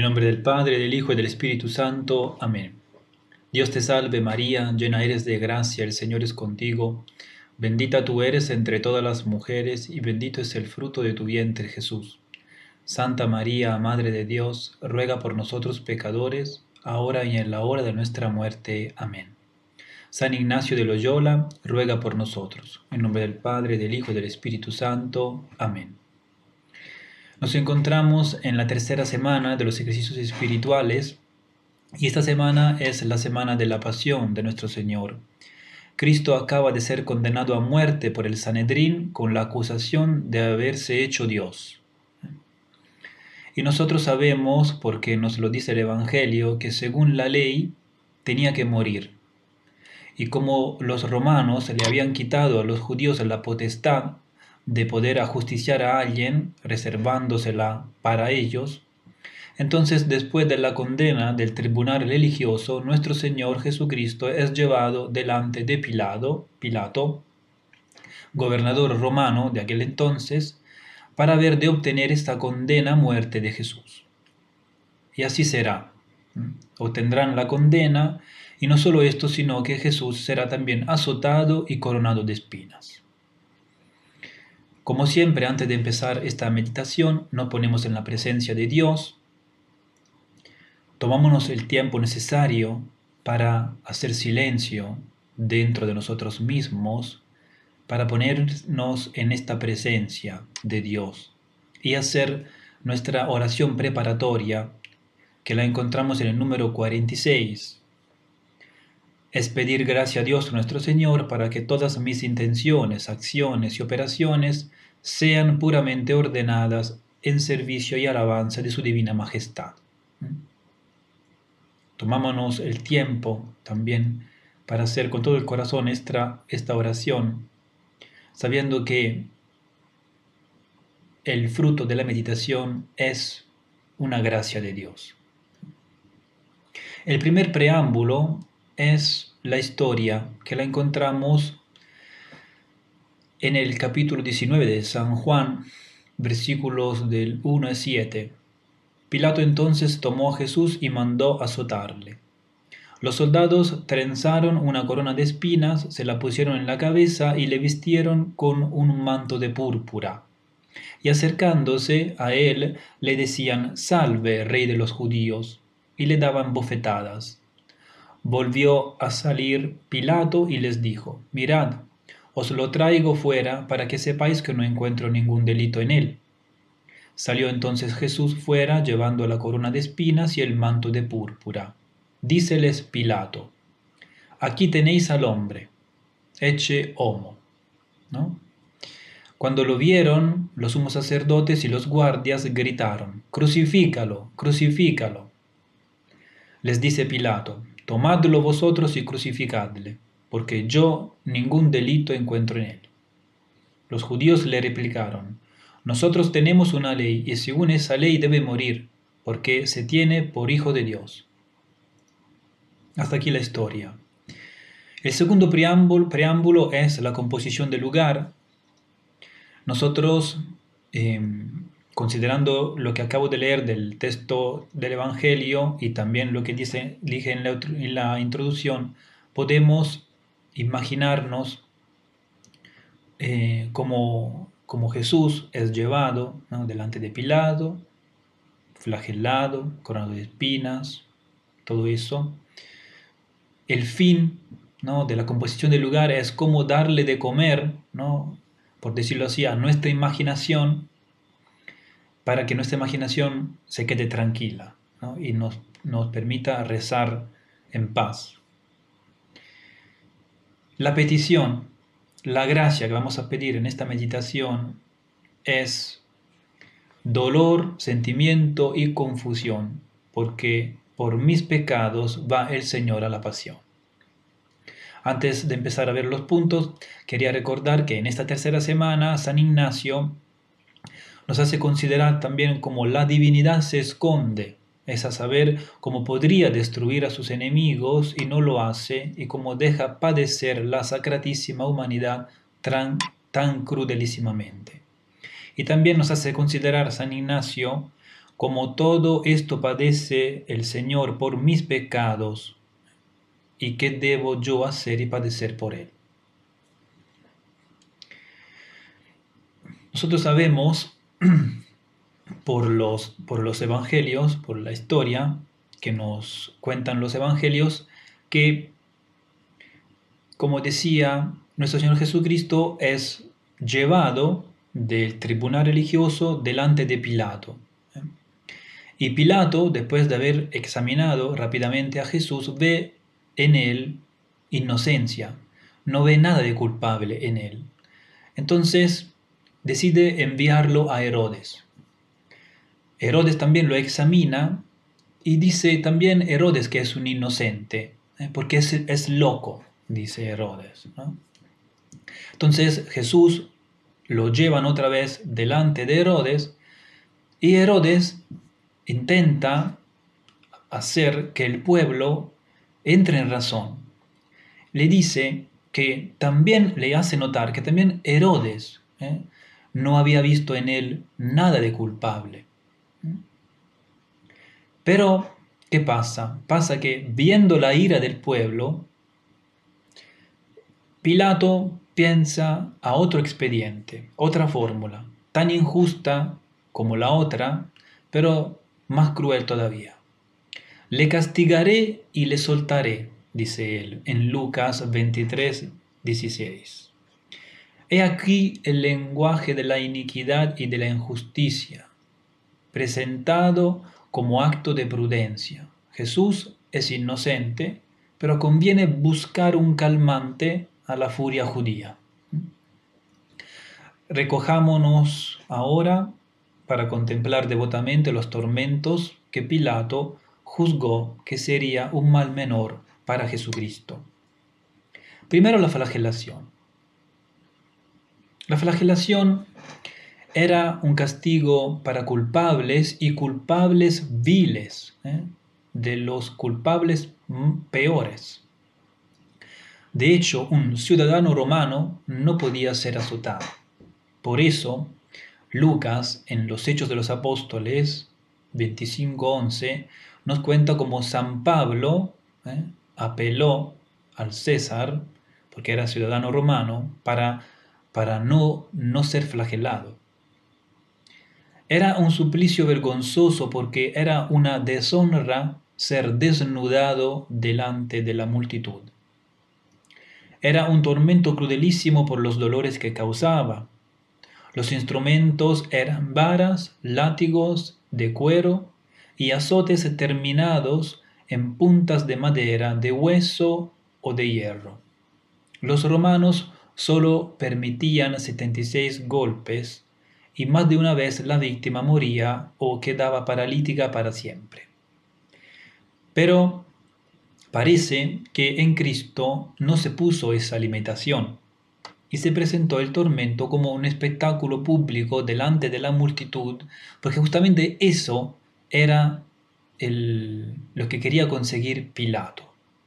nombre del Padre, del Hijo y del Espíritu Santo. Amén. Dios te salve María, llena eres de gracia, el Señor es contigo. Bendita tú eres entre todas las mujeres y bendito es el fruto de tu vientre Jesús. Santa María, Madre de Dios, ruega por nosotros pecadores, ahora y en la hora de nuestra muerte. Amén. San Ignacio de Loyola, ruega por nosotros. En nombre del Padre, del Hijo y del Espíritu Santo. Amén. Nos encontramos en la tercera semana de los ejercicios espirituales y esta semana es la semana de la pasión de nuestro Señor. Cristo acaba de ser condenado a muerte por el Sanedrín con la acusación de haberse hecho Dios. Y nosotros sabemos, porque nos lo dice el Evangelio, que según la ley tenía que morir. Y como los romanos le habían quitado a los judíos la potestad de poder ajusticiar a alguien, reservándosela para ellos, entonces después de la condena del tribunal religioso, nuestro Señor Jesucristo es llevado delante de Pilato, gobernador romano de aquel entonces, para ver de obtener esta condena a muerte de Jesús. Y así será. Obtendrán la condena, y no solo esto, sino que Jesús será también azotado y coronado de espinas. Como siempre, antes de empezar esta meditación, nos ponemos en la presencia de Dios, tomámonos el tiempo necesario para hacer silencio dentro de nosotros mismos, para ponernos en esta presencia de Dios y hacer nuestra oración preparatoria, que la encontramos en el número 46. Es pedir gracia a Dios nuestro Señor para que todas mis intenciones, acciones y operaciones sean puramente ordenadas en servicio y alabanza de su divina majestad. Tomámonos el tiempo también para hacer con todo el corazón esta oración, sabiendo que el fruto de la meditación es una gracia de Dios. El primer preámbulo es la historia que la encontramos en el capítulo 19 de San Juan, versículos del 1 al 7. Pilato entonces tomó a Jesús y mandó azotarle. Los soldados trenzaron una corona de espinas, se la pusieron en la cabeza y le vistieron con un manto de púrpura. Y acercándose a él le decían: «Salve, Rey de los judíos», y le daban bofetadas. Volvió a salir Pilato y les dijo: «Mirad, os lo traigo fuera para que sepáis que no encuentro ningún delito en él». Salió entonces Jesús fuera llevando la corona de espinas y el manto de púrpura. Díceles Pilato: «Aquí tenéis al hombre, ecce homo», ¿no? Cuando lo vieron, los sumos sacerdotes y los guardias gritaron: «Crucifícalo, crucifícalo». Les dice Pilato: «Tomadlo vosotros y crucificadle, porque yo ningún delito encuentro en él». Los judíos le replicaron: «Nosotros tenemos una ley, y según esa ley debe morir, porque se tiene por hijo de Dios». Hasta aquí la historia. El segundo preámbulo es la composición del lugar. Nosotros, considerando lo que acabo de leer del texto del Evangelio y también lo que dije en la introducción, podemos imaginarnos como Jesús es llevado, ¿no?, delante de Pilato, flagelado, coronado de espinas, todo eso. El fin, ¿no?, de la composición del lugar es cómo darle de comer, ¿no?, por decirlo así, a nuestra imaginación, para que nuestra imaginación se quede tranquila, ¿no?, y nos permita rezar en paz. La petición, la gracia que vamos a pedir en esta meditación es dolor, sentimiento y confusión, porque por mis pecados va el Señor a la pasión. Antes de empezar a ver los puntos, quería recordar que en esta tercera semana San Ignacio nos hace considerar también cómo la divinidad se esconde, es a saber, cómo podría destruir a sus enemigos y no lo hace, y cómo deja padecer la sacratísima humanidad tan crudelísimamente. Y también nos hace considerar San Ignacio como todo esto padece el Señor por mis pecados, ¿y qué debo yo hacer y padecer por él? Nosotros sabemos por los evangelios, por la historia que nos cuentan los evangelios, que, como decía, nuestro Señor Jesucristo es llevado del tribunal religioso delante de Pilato. Y Pilato, después de haber examinado rápidamente a Jesús, ve en él inocencia, no ve nada de culpable en él. Entonces decide enviarlo a Herodes. Herodes también lo examina y dice también Herodes que es un inocente, porque es loco, dice Herodes, ¿no? Entonces Jesús lo llevan otra vez delante de Herodes y Herodes intenta hacer que el pueblo entre en razón. Le dice que también le hace notar que también Herodes no había visto en él nada de culpable. Pero, ¿qué pasa? Pasa que viendo la ira del pueblo, Pilato piensa a otro expediente, otra fórmula, tan injusta como la otra, pero más cruel todavía. Le castigaré y le soltaré, dice él en Lucas 23, 16. He aquí el lenguaje de la iniquidad y de la injusticia, presentado como acto de prudencia. Jesús es inocente, pero conviene buscar un calmante a la furia judía. Recojámonos ahora para contemplar devotamente los tormentos que Pilato juzgó que sería un mal menor para Jesucristo. Primero la flagelación. La flagelación era un castigo para culpables y culpables viles, de los culpables peores. De hecho, un ciudadano romano no podía ser azotado. Por eso, Lucas, en los Hechos de los Apóstoles 25:11, nos cuenta cómo San Pablo apeló al César, porque era ciudadano romano, para no ser flagelado. Era un suplicio vergonzoso porque era una deshonra ser desnudado delante de la multitud. Era un tormento crudelísimo por los dolores que causaba. Los instrumentos eran varas, látigos de cuero y azotes terminados en puntas de madera, de hueso o de hierro. Los romanos solo permitían 76 golpes y más de una vez la víctima moría o quedaba paralítica para siempre. Pero parece que en Cristo no se puso esa limitación y se presentó el tormento como un espectáculo público delante de la multitud, porque justamente eso era lo que quería conseguir Pilato,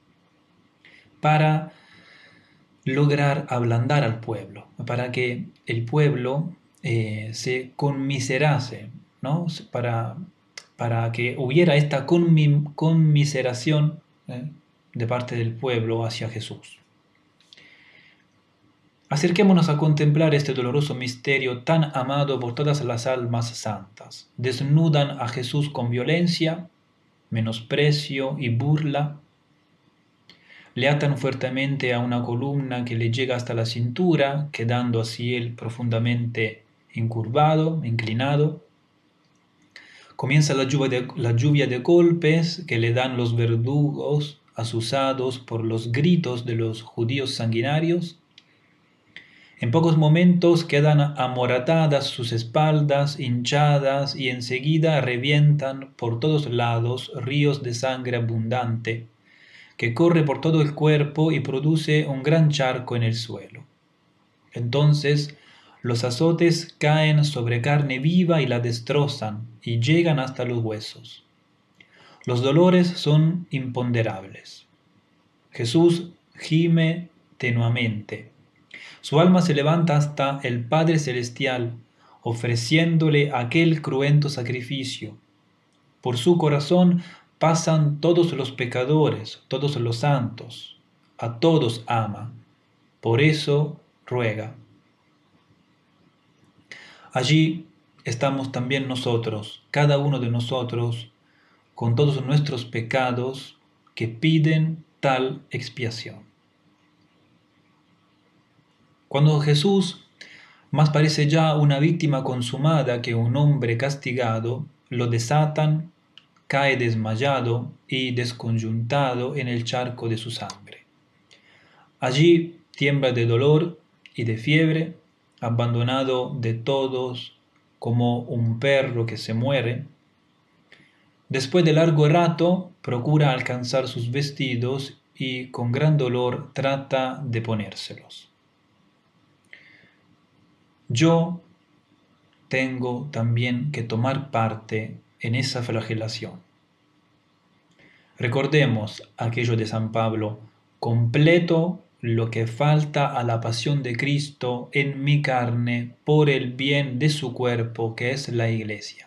para lograr ablandar al pueblo, para que el pueblo se conmiserase, ¿no? Para que hubiera esta conmiseración de parte del pueblo hacia Jesús. Acerquémonos a contemplar este doloroso misterio tan amado por todas las almas santas. Desnudan a Jesús con violencia, menosprecio y burla. Le atan fuertemente a una columna que le llega hasta la cintura, quedando así él profundamente incurvado, inclinado. Comienza la lluvia de golpes que le dan los verdugos azuzados por los gritos de los judíos sanguinarios. En pocos momentos quedan amoratadas sus espaldas, hinchadas, y enseguida revientan por todos lados ríos de sangre abundante, que corre por todo el cuerpo y produce un gran charco en el suelo. Entonces los azotes caen sobre carne viva y la destrozan, y llegan hasta los huesos. Los dolores son imponderables. Jesús gime tenuamente. Su alma se levanta hasta el Padre Celestial, ofreciéndole aquel cruento sacrificio, Por su corazón pasan todos los pecadores, todos los santos. A todos ama. Por eso ruega. Allí estamos también nosotros, cada uno de nosotros, con todos nuestros pecados que piden tal expiación. Cuando Jesús más parece ya una víctima consumada que un hombre castigado, lo desatan, cae desmayado y desconyuntado en el charco de su sangre. Allí tiembla de dolor y de fiebre, abandonado de todos como un perro que se muere. Después de largo rato procura alcanzar sus vestidos y con gran dolor trata de ponérselos. Yo tengo también que tomar parte en esa flagelación. Recordemos aquello de San Pablo: completo lo que falta a la pasión de Cristo en mi carne por el bien de su cuerpo, que es la Iglesia.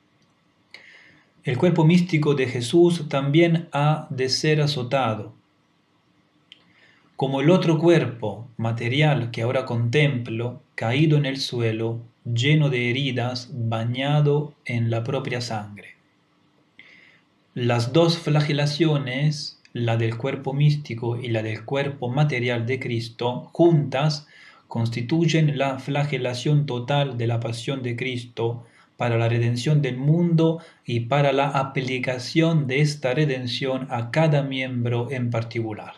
El cuerpo místico de Jesús también ha de ser azotado. Como el otro cuerpo material que ahora contemplo, caído en el suelo, lleno de heridas, bañado en la propia sangre. Las dos flagelaciones, la del cuerpo místico y la del cuerpo material de Cristo, juntas constituyen la flagelación total de la pasión de Cristo para la redención del mundo y para la aplicación de esta redención a cada miembro en particular.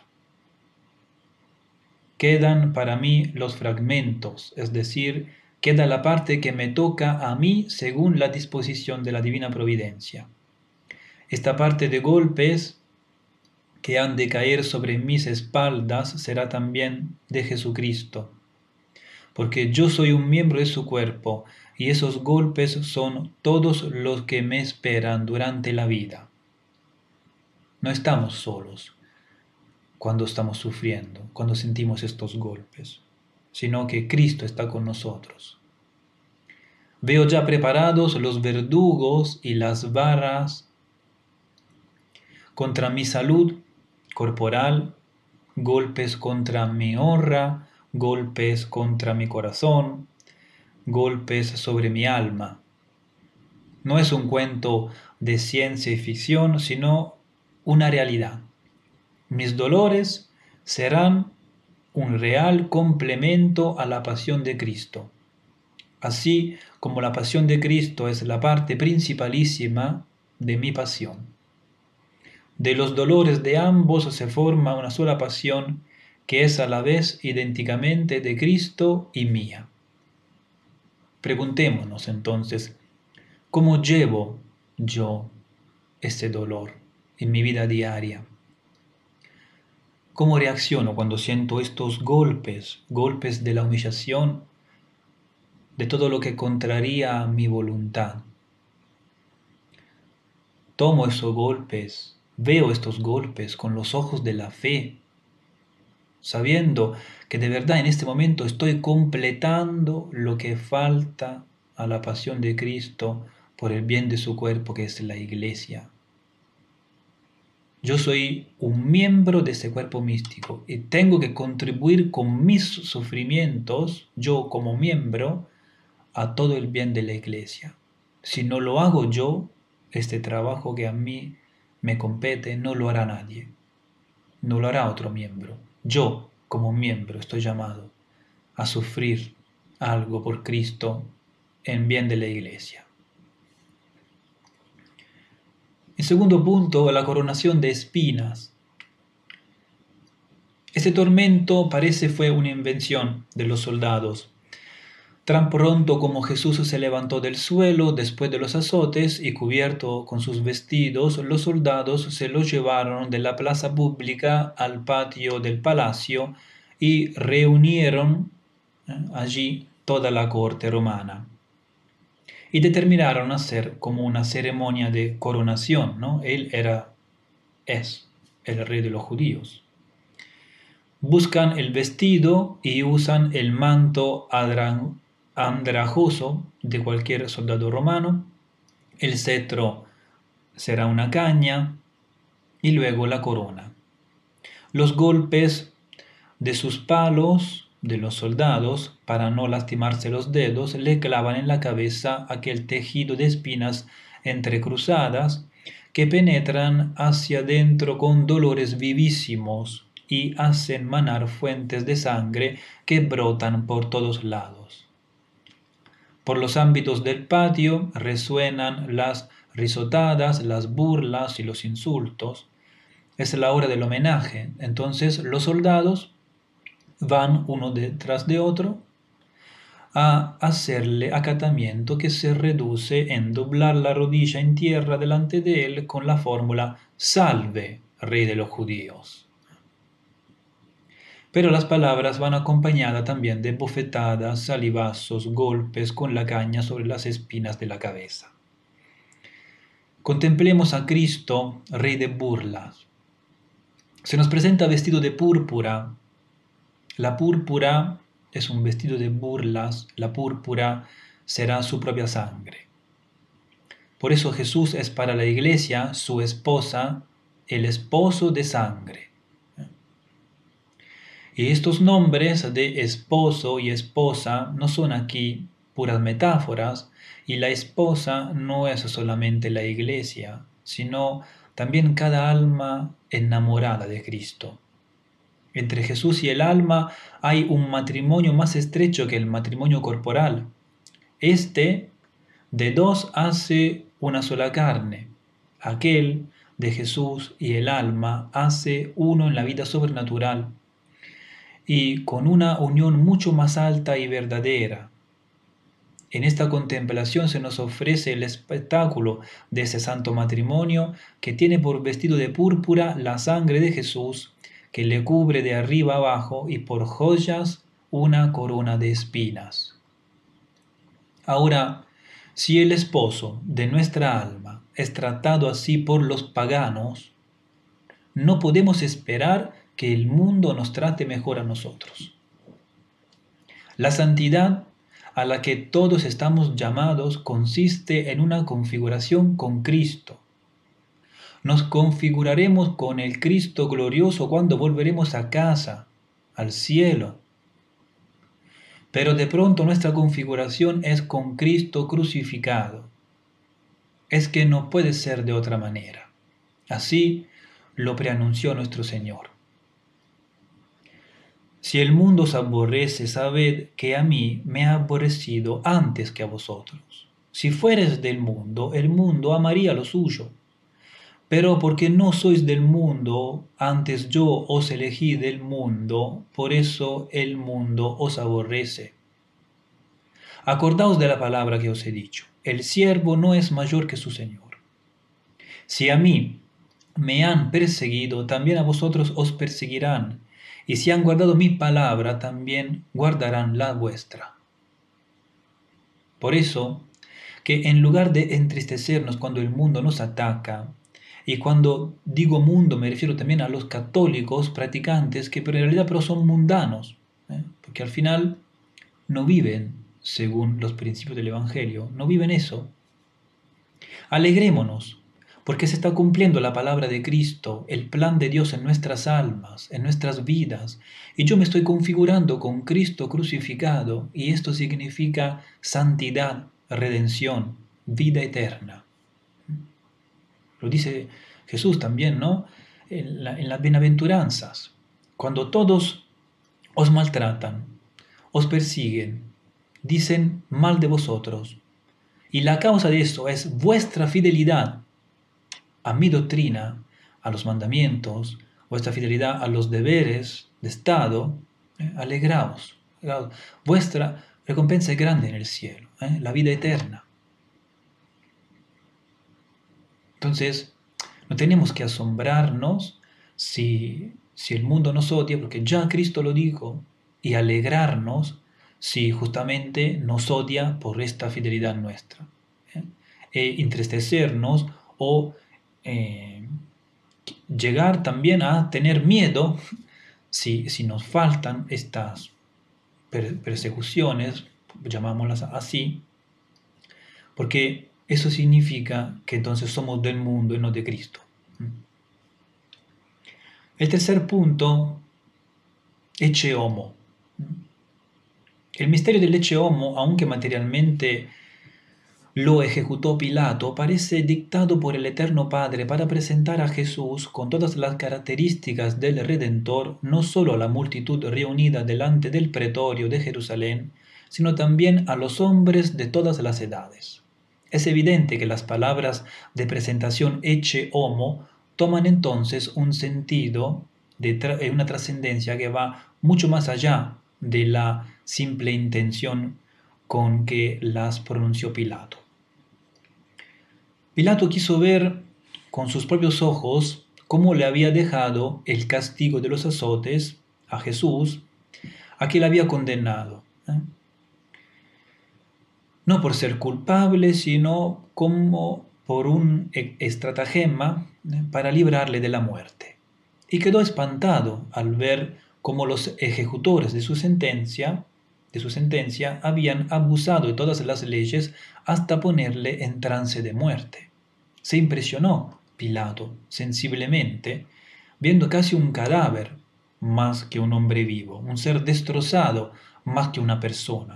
Quedan para mí los fragmentos, es decir, queda la parte que me toca a mí según la disposición de la divina providencia. Esta parte de golpes que han de caer sobre mis espaldas será también de Jesucristo, porque yo soy un miembro de su cuerpo y esos golpes son todos los que me esperan durante la vida. No estamos solos cuando estamos sufriendo, cuando sentimos estos golpes, sino que Cristo está con nosotros. Veo ya preparados los verdugos y las varas contra mi salud corporal, golpes contra mi honra, golpes contra mi corazón, golpes sobre mi alma. No es un cuento de ciencia y ficción, sino una realidad. Mis dolores serán un real complemento a la pasión de Cristo. Así como la pasión de Cristo es la parte principalísima de mi pasión. De los dolores de ambos se forma una sola pasión que es a la vez idénticamente de Cristo y mía. Preguntémonos entonces, ¿cómo llevo yo este dolor en mi vida diaria? ¿Cómo reacciono cuando siento estos golpes de la humillación, de todo lo que contraría mi voluntad? Tomo esos golpes, veo estos golpes con los ojos de la fe, sabiendo que de verdad en este momento estoy completando lo que falta a la pasión de Cristo por el bien de su cuerpo, que es la Iglesia. Yo soy un miembro de ese cuerpo místico y tengo que contribuir con mis sufrimientos, yo como miembro, a todo el bien de la Iglesia. Si no lo hago yo, este trabajo que a mí me compete no lo hará nadie, no lo hará otro miembro. Yo, como miembro, estoy llamado a sufrir algo por Cristo en bien de la Iglesia. En segundo punto, la coronación de espinas. Este tormento parece fue una invención de los soldados. Tan pronto como Jesús se levantó del suelo después de los azotes y cubierto con sus vestidos, los soldados se lo llevaron de la plaza pública al patio del palacio y reunieron allí toda la corte romana. Y determinaron hacer como una ceremonia de coronación, ¿no? Él es el rey de los judíos. Buscan el vestido y usan el manto andrajoso de cualquier soldado romano, el cetro será una caña y luego la corona. Los golpes de sus palos, de los soldados, para no lastimarse los dedos, le clavan en la cabeza aquel tejido de espinas entrecruzadas que penetran hacia dentro con dolores vivísimos y hacen manar fuentes de sangre que brotan por todos lados. Por los ámbitos del patio resuenan las risotadas, las burlas y los insultos. Es la hora del homenaje. Entonces los soldados van uno detrás de otro a hacerle acatamiento que se reduce en doblar la rodilla en tierra delante de él con la fórmula Salve, Rey de los Judíos. Pero las palabras van acompañadas también de bofetadas, salivazos, golpes con la caña sobre las espinas de la cabeza. Contemplemos a Cristo, Rey de burlas. Se nos presenta vestido de púrpura. La púrpura es un vestido de burlas, la púrpura será su propia sangre. Por eso Jesús es para la iglesia su esposa, el esposo de sangre. Y estos nombres de esposo y esposa no son aquí puras metáforas, y la esposa no es solamente la iglesia, sino también cada alma enamorada de Cristo. Entre Jesús y el alma hay un matrimonio más estrecho que el matrimonio corporal. Este de dos hace una sola carne. Aquel de Jesús y el alma hace uno en la vida sobrenatural y con una unión mucho más alta y verdadera. En esta contemplación se nos ofrece el espectáculo de ese santo matrimonio que tiene por vestido de púrpura la sangre de Jesús, que le cubre de arriba abajo y por joyas una corona de espinas. Ahora, si el esposo de nuestra alma es tratado así por los paganos, no podemos esperar que el mundo nos trate mejor a nosotros. La santidad a la que todos estamos llamados consiste en una configuración con Cristo. Nos configuraremos con el Cristo glorioso cuando volveremos a casa, al cielo. Pero de pronto nuestra configuración es con Cristo crucificado. Es que no puede ser de otra manera. Así lo preanunció nuestro Señor. Si el mundo os aborrece, sabed que a mí me ha aborrecido antes que a vosotros. Si fueres del mundo, el mundo amaría lo suyo. Pero porque no sois del mundo, antes yo os elegí del mundo, por eso el mundo os aborrece. Acordaos de la palabra que os he dicho. El siervo no es mayor que su Señor. Si a mí me han perseguido, también a vosotros os perseguirán. Y si han guardado mi palabra, también guardarán la vuestra. Por eso, que en lugar de entristecernos cuando el mundo nos ataca, y cuando digo mundo me refiero también a los católicos practicantes que en realidad pero son mundanos, porque al final no viven según los principios del Evangelio, no viven eso. Alegrémonos, porque se está cumpliendo la palabra de Cristo, el plan de Dios en nuestras almas, en nuestras vidas, y yo me estoy configurando con Cristo crucificado, y esto significa santidad, redención, vida eterna. Lo dice Jesús también, ¿no? En las bienaventuranzas. Cuando todos os maltratan, os persiguen, dicen mal de vosotros, y la causa de eso es vuestra fidelidad a mi doctrina, a los mandamientos, vuestra fidelidad a los deberes de Estado, alegraos. Vuestra recompensa es grande en el cielo, la vida eterna. Entonces, no tenemos que asombrarnos si el mundo nos odia, porque ya Cristo lo dijo, y alegrarnos si justamente nos odia por esta fidelidad nuestra. Entristecernos o llegar también a tener miedo si nos faltan estas persecuciones, llamámoslas así, porque eso significa que entonces somos del mundo y no de Cristo. El tercer punto, ecce homo. El misterio del ecce homo, aunque materialmente lo ejecutó Pilato, parece dictado por el Eterno Padre para presentar a Jesús con todas las características del Redentor, no solo a la multitud reunida delante del pretorio de Jerusalén, sino también a los hombres de todas las edades. Es evidente que las palabras de presentación ecce homo toman entonces un sentido de una trascendencia que va mucho más allá de la simple intención con que las pronunció Pilato. Pilato quiso ver con sus propios ojos cómo le había dejado el castigo de los azotes a Jesús, a quien le había condenado. No por ser culpable, sino como por un estratagema para librarle de la muerte. Y quedó espantado al ver cómo los ejecutores de su sentencia habían abusado de todas las leyes hasta ponerle en trance de muerte. Se impresionó Pilato sensiblemente, viendo casi un cadáver más que un hombre vivo, un ser destrozado más que una persona.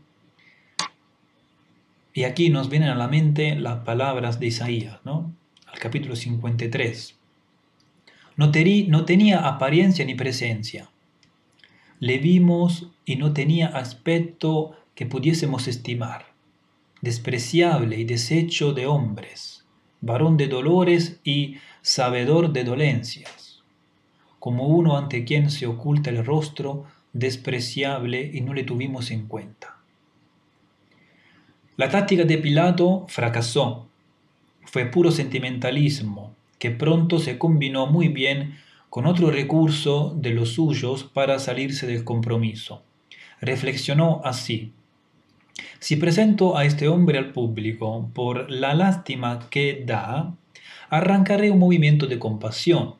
Y aquí nos vienen a la mente las palabras de Isaías, ¿no? Al capítulo 53. No tenía apariencia ni presencia. Le vimos y no tenía aspecto que pudiésemos estimar. Despreciable y deshecho de hombres, varón de dolores y sabedor de dolencias, como uno ante quien se oculta el rostro, despreciable y no le tuvimos en cuenta. La táctica de Pilato fracasó. Fue puro sentimentalismo, que pronto se combinó muy bien con otro recurso de los suyos para salirse del compromiso. Reflexionó así: si presento a este hombre al público por la lástima que da, arrancaré un movimiento de compasión.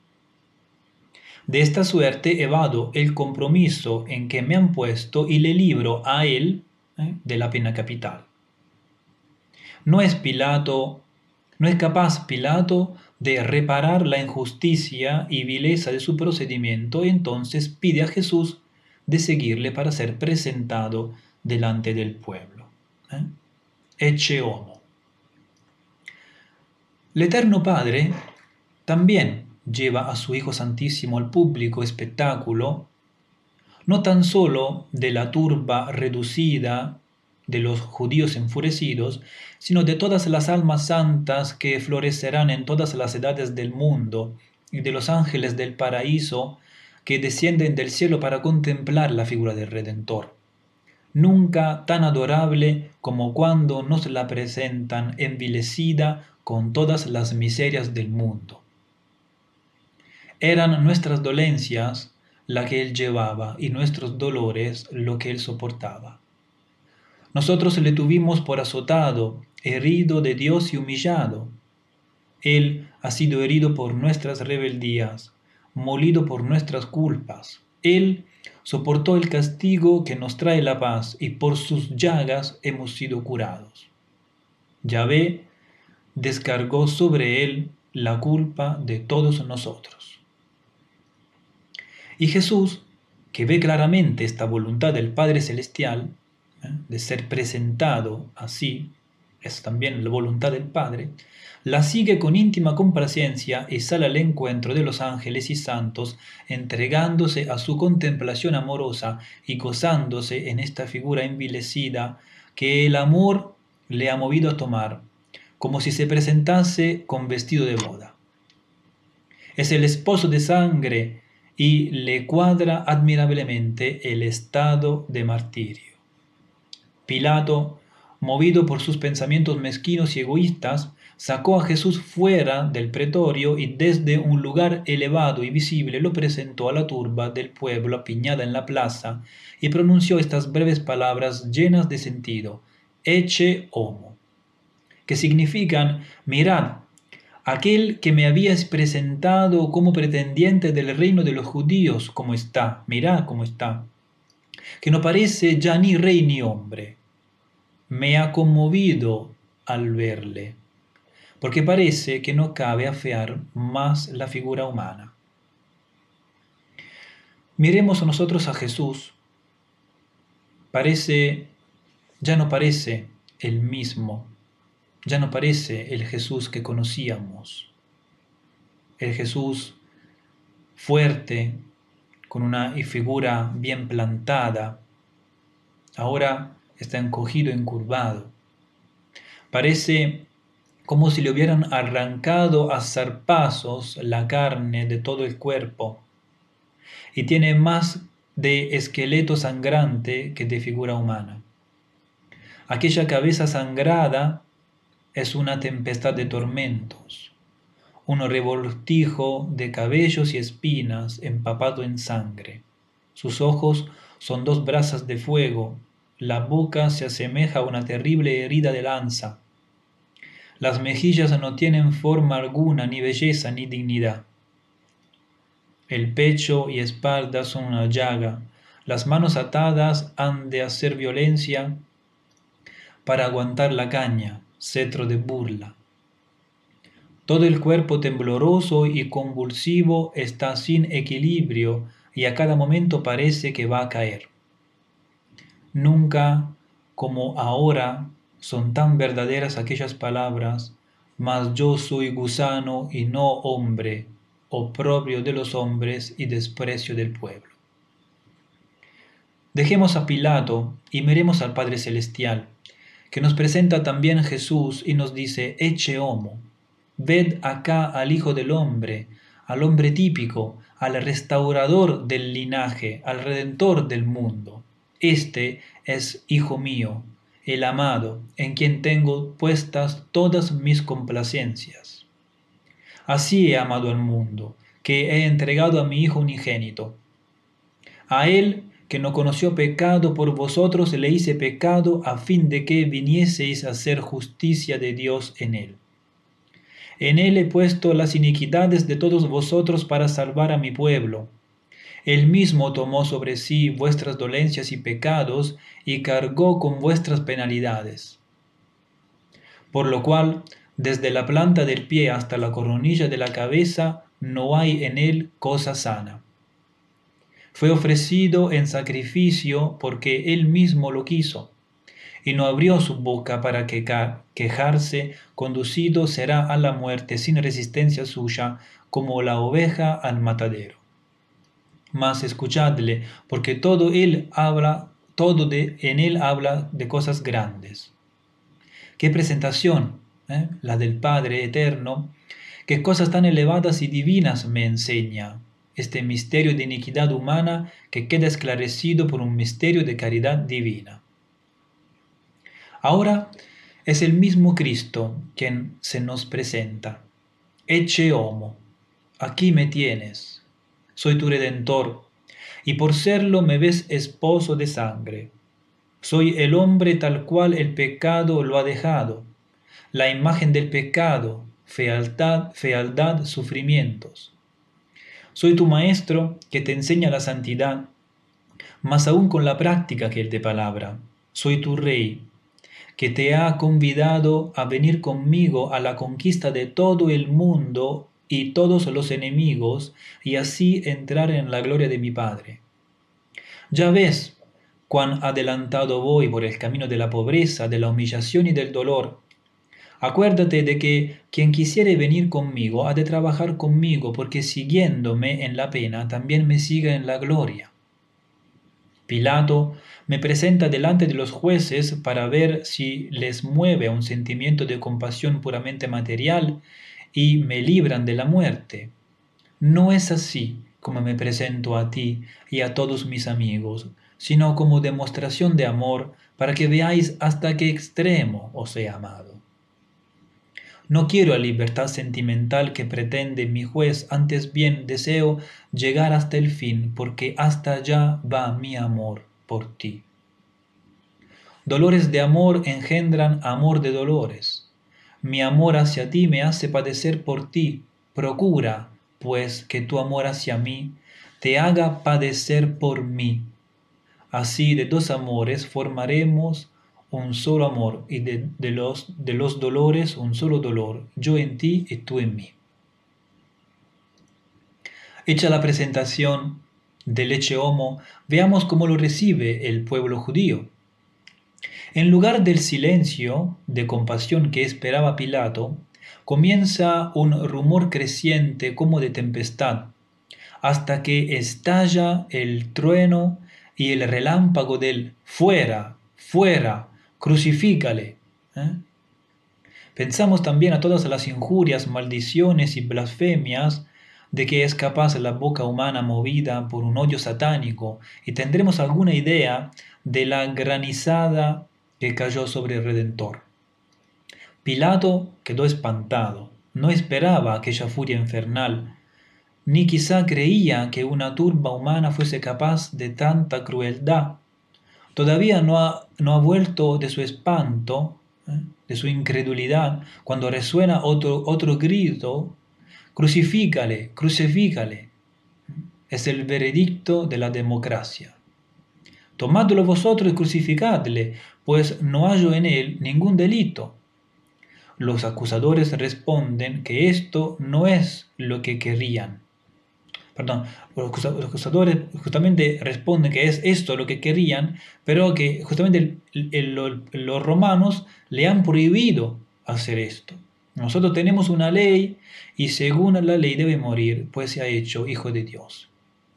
De esta suerte evado el compromiso en que me han puesto y le libro a él de la pena capital. No es capaz Pilato de reparar la injusticia y vileza de su procedimiento, entonces pide a Jesús de seguirle para ser presentado delante del pueblo. Ecce homo. El Eterno Padre también lleva a su Hijo Santísimo al público espectáculo, no tan solo de la turba reducida de los judíos enfurecidos, sino de todas las almas santas que florecerán en todas las edades del mundo, y de los ángeles del paraíso que descienden del cielo para contemplar la figura del Redentor. Nunca tan adorable como cuando nos la presentan envilecida con todas las miserias del mundo. Eran nuestras dolencias la que él llevaba y nuestros dolores lo que él soportaba. Nosotros le tuvimos por azotado, herido de Dios y humillado. Él ha sido herido por nuestras rebeldías, molido por nuestras culpas. Él soportó el castigo que nos trae la paz y por sus llagas hemos sido curados. Yahvé descargó sobre él la culpa de todos nosotros. Y Jesús, que ve claramente esta voluntad del Padre Celestial, de ser presentado así, es también la voluntad del Padre, la sigue con íntima complacencia y sale al encuentro de los ángeles y santos, entregándose a su contemplación amorosa y gozándose en esta figura envilecida que el amor le ha movido a tomar, como si se presentase con vestido de boda. Es el esposo de sangre y le cuadra admirablemente el estado de martirio. Pilato, movido por sus pensamientos mezquinos y egoístas, sacó a Jesús fuera del pretorio y desde un lugar elevado y visible lo presentó a la turba del pueblo apiñada en la plaza y pronunció estas breves palabras llenas de sentido: ecce homo, que significan: mirad, aquel que me habíais presentado como pretendiente del reino de los judíos, cómo está, mirad cómo está, que no parece ya ni rey ni hombre. Me ha conmovido al verle, porque parece que no cabe afear más la figura humana. Miremos nosotros a Jesús. Ya no parece el mismo, ya no parece el Jesús que conocíamos, el Jesús fuerte, con una figura bien plantada, ahora está encogido, encurvado. Parece como si le hubieran arrancado a zarpazos la carne de todo el cuerpo, y tiene más de esqueleto sangrante que de figura humana. Aquella cabeza sangrada es una tempestad de tormentos, un revoltijo de cabellos y espinas empapado en sangre. Sus ojos son dos brasas de fuego, la boca se asemeja a una terrible herida de lanza. Las mejillas no tienen forma alguna, ni belleza, ni dignidad. El pecho y espalda son una llaga, las manos atadas han de hacer violencia para aguantar la caña, cetro de burla. Todo el cuerpo tembloroso y convulsivo está sin equilibrio y a cada momento parece que va a caer. Nunca como ahora son tan verdaderas aquellas palabras: mas yo soy gusano y no hombre, oprobio de los hombres y desprecio del pueblo. Dejemos a Pilato y miremos al Padre Celestial, que nos presenta también Jesús y nos dice: Ecce homo, ved acá al Hijo del Hombre, al hombre típico, al restaurador del linaje, al redentor del mundo. Este es Hijo mío, el amado, en quien tengo puestas todas mis complacencias. Así he amado al mundo, que he entregado a mi Hijo unigénito. A él, que no conoció pecado, por vosotros le hice pecado, a fin de que vinieseis a hacer justicia de Dios en él. En él he puesto las iniquidades de todos vosotros para salvar a mi pueblo. Él mismo tomó sobre sí vuestras dolencias y pecados, y cargó con vuestras penalidades. Por lo cual, desde la planta del pie hasta la coronilla de la cabeza, no hay en él cosa sana. Fue ofrecido en sacrificio porque él mismo lo quiso, y no abrió su boca para quejarse, conducido será a la muerte sin resistencia suya, como la oveja al matadero. Mas escuchadle, porque en él habla de cosas grandes. Qué presentación, la del Padre eterno, qué cosas tan elevadas y divinas me enseña este misterio de iniquidad humana que queda esclarecido por un misterio de caridad divina. Ahora es el mismo Cristo quien se nos presenta. Ecce homo, aquí me tienes, soy tu redentor, y por serlo me ves esposo de sangre. Soy el hombre tal cual el pecado lo ha dejado, la imagen del pecado, fealdad, sufrimientos. Soy tu maestro que te enseña la santidad, más aún con la práctica que el de palabra. Soy tu rey, que te ha convidado a venir conmigo a la conquista de todo el mundo y todos los enemigos, y así entrar en la gloria de mi Padre. Ya ves cuán adelantado voy por el camino de la pobreza, de la humillación y del dolor. Acuérdate de que quien quisiere venir conmigo ha de trabajar conmigo, porque siguiéndome en la pena también me siga en la gloria. Pilato me presenta delante de los jueces para ver si les mueve a un sentimiento de compasión puramente material y me libran de la muerte. No es así como me presento a ti y a todos mis amigos, sino como demostración de amor para que veáis hasta qué extremo os he amado. No quiero la libertad sentimental que pretende mi juez, antes bien deseo llegar hasta el fin, porque hasta allá va mi amor por ti. Dolores de amor engendran amor de dolores. Mi amor hacia ti me hace padecer por ti. Procura, pues, que tu amor hacia mí te haga padecer por mí. Así de dos amores formaremos un solo amor, y de los dolores un solo dolor, yo en ti y tú en mí. Hecha la presentación del Ecce Homo, veamos cómo lo recibe el pueblo judío. En lugar del silencio de compasión que esperaba Pilato, comienza un rumor creciente como de tempestad, hasta que estalla el trueno y el relámpago del fuera, fuera, crucifícale. ¿eh? Pensamos también a todas las injurias, maldiciones y blasfemias de que es capaz la boca humana movida por un odio satánico, y tendremos alguna idea de la granizada que cayó sobre el Redentor. Pilato quedó espantado, no esperaba aquella furia infernal, ni quizá creía que una turba humana fuese capaz de tanta crueldad. Todavía no ha vuelto de su espanto, de su incredulidad, cuando resuena otro grito: crucifícale, crucifícale. Es el veredicto de la democracia. Tomadlo vosotros y crucificadle, pues no hallo en él ningún delito. Los acusadores responden que esto no es lo que querían. Perdón, los acusadores justamente responden que es esto lo que querían, pero que justamente los romanos le han prohibido hacer esto. Nosotros tenemos una ley y según la ley debe morir, pues se ha hecho hijo de Dios.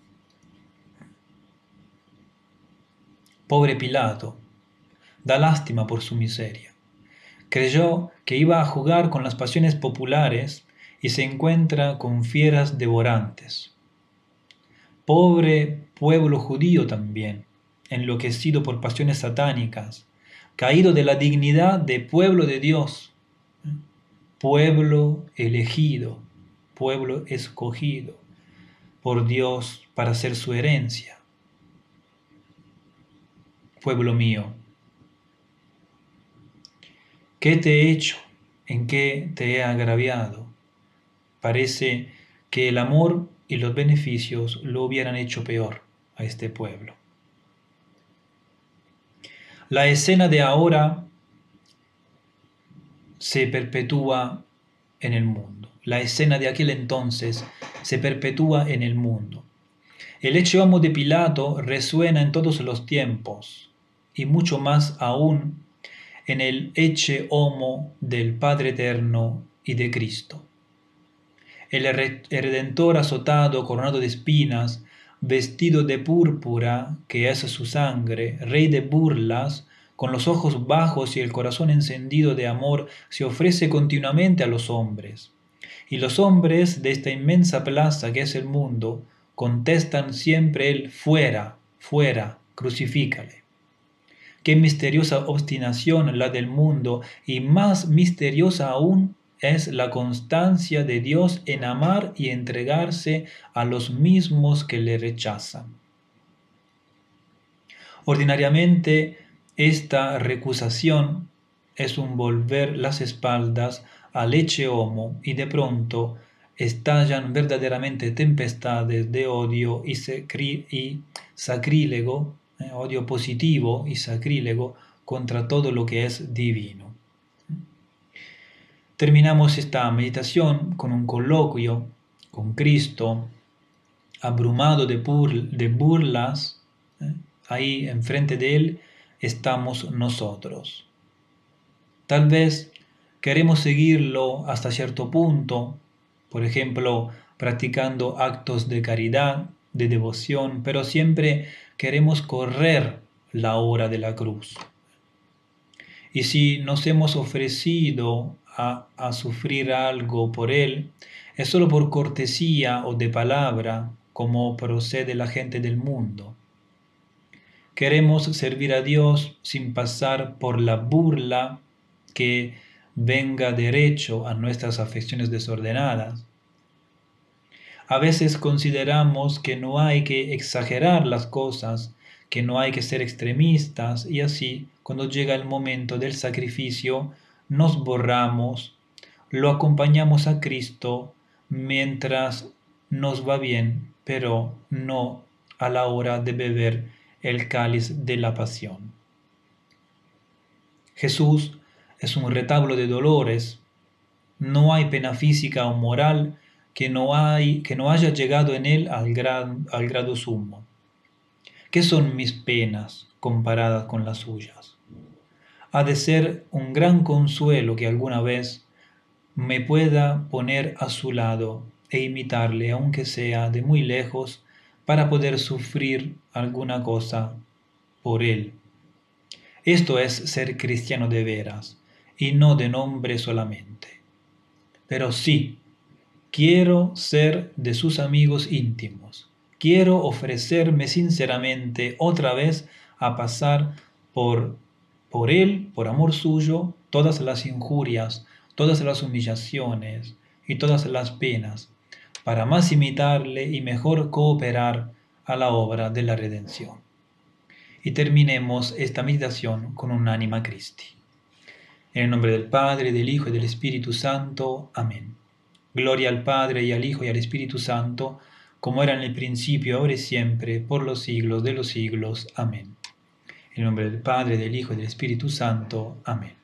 Pobre Pilato, da lástima por su miseria. Creyó que iba a jugar con las pasiones populares y se encuentra con fieras devorantes. Pobre pueblo judío también, enloquecido por pasiones satánicas, caído de la dignidad de pueblo de Dios, pueblo elegido, pueblo escogido por Dios para ser su herencia. Pueblo mío, ¿qué te he hecho? ¿En qué te he agraviado? Parece que el amor y los beneficios lo hubieran hecho peor a este pueblo. La escena de ahora se perpetúa en el mundo. La escena de aquel entonces se perpetúa en el mundo. El Ecce Homo de Pilato resuena en todos los tiempos y mucho más aún en el Ecce Homo del Padre Eterno y de Cristo. El Redentor azotado, coronado de espinas, vestido de púrpura, que es su sangre, rey de burlas, con los ojos bajos y el corazón encendido de amor, se ofrece continuamente a los hombres. Y los hombres de esta inmensa plaza que es el mundo, contestan siempre el fuera, fuera, crucifícale. Qué misteriosa obstinación la del mundo, y más misteriosa aún es la constancia de Dios en amar y entregarse a los mismos que le rechazan. Ordinariamente, esta recusación es un volver las espaldas al Ecce Homo, y de pronto estallan verdaderamente tempestades de odio y sacrílego, odio positivo y sacrílego contra todo lo que es divino. Terminamos esta meditación con un coloquio con Cristo, abrumado de burlas. Ahí enfrente de Él estamos nosotros. Tal vez queremos seguirlo hasta cierto punto, por ejemplo, practicando actos de caridad, de devoción, pero siempre queremos correr la hora de la cruz. Y si nos hemos ofrecido a sufrir algo por Él, es solo por cortesía o de palabra, como procede la gente del mundo. Queremos servir a Dios sin pasar por la burla que venga derecho a nuestras afecciones desordenadas. A veces consideramos que no hay que exagerar las cosas, que no hay que ser extremistas, y así, cuando llega el momento del sacrificio, nos borramos, lo acompañamos a Cristo mientras nos va bien, pero no a la hora de beber el cáliz de la pasión. Jesús es un retablo de dolores. No hay pena física o moral que no haya llegado en él al grado sumo. ¿Qué son mis penas comparadas con las suyas? Ha de ser un gran consuelo que alguna vez me pueda poner a su lado e imitarle, aunque sea de muy lejos, para poder sufrir alguna cosa por él. Esto es ser cristiano de veras, y no de nombre solamente. Pero sí, quiero ser de sus amigos íntimos. Quiero ofrecerme sinceramente otra vez a pasar por él, por amor suyo, todas las injurias, todas las humillaciones y todas las penas, para más imitarle y mejor cooperar a la obra de la redención. Y terminemos esta meditación con un Anima Christi. En el nombre del Padre, del Hijo y del Espíritu Santo. Amén. Gloria al Padre y al Hijo y al Espíritu Santo, como era en el principio, ahora y siempre, por los siglos de los siglos. Amén. En el nombre del Padre, del Hijo y del Espíritu Santo. Amén.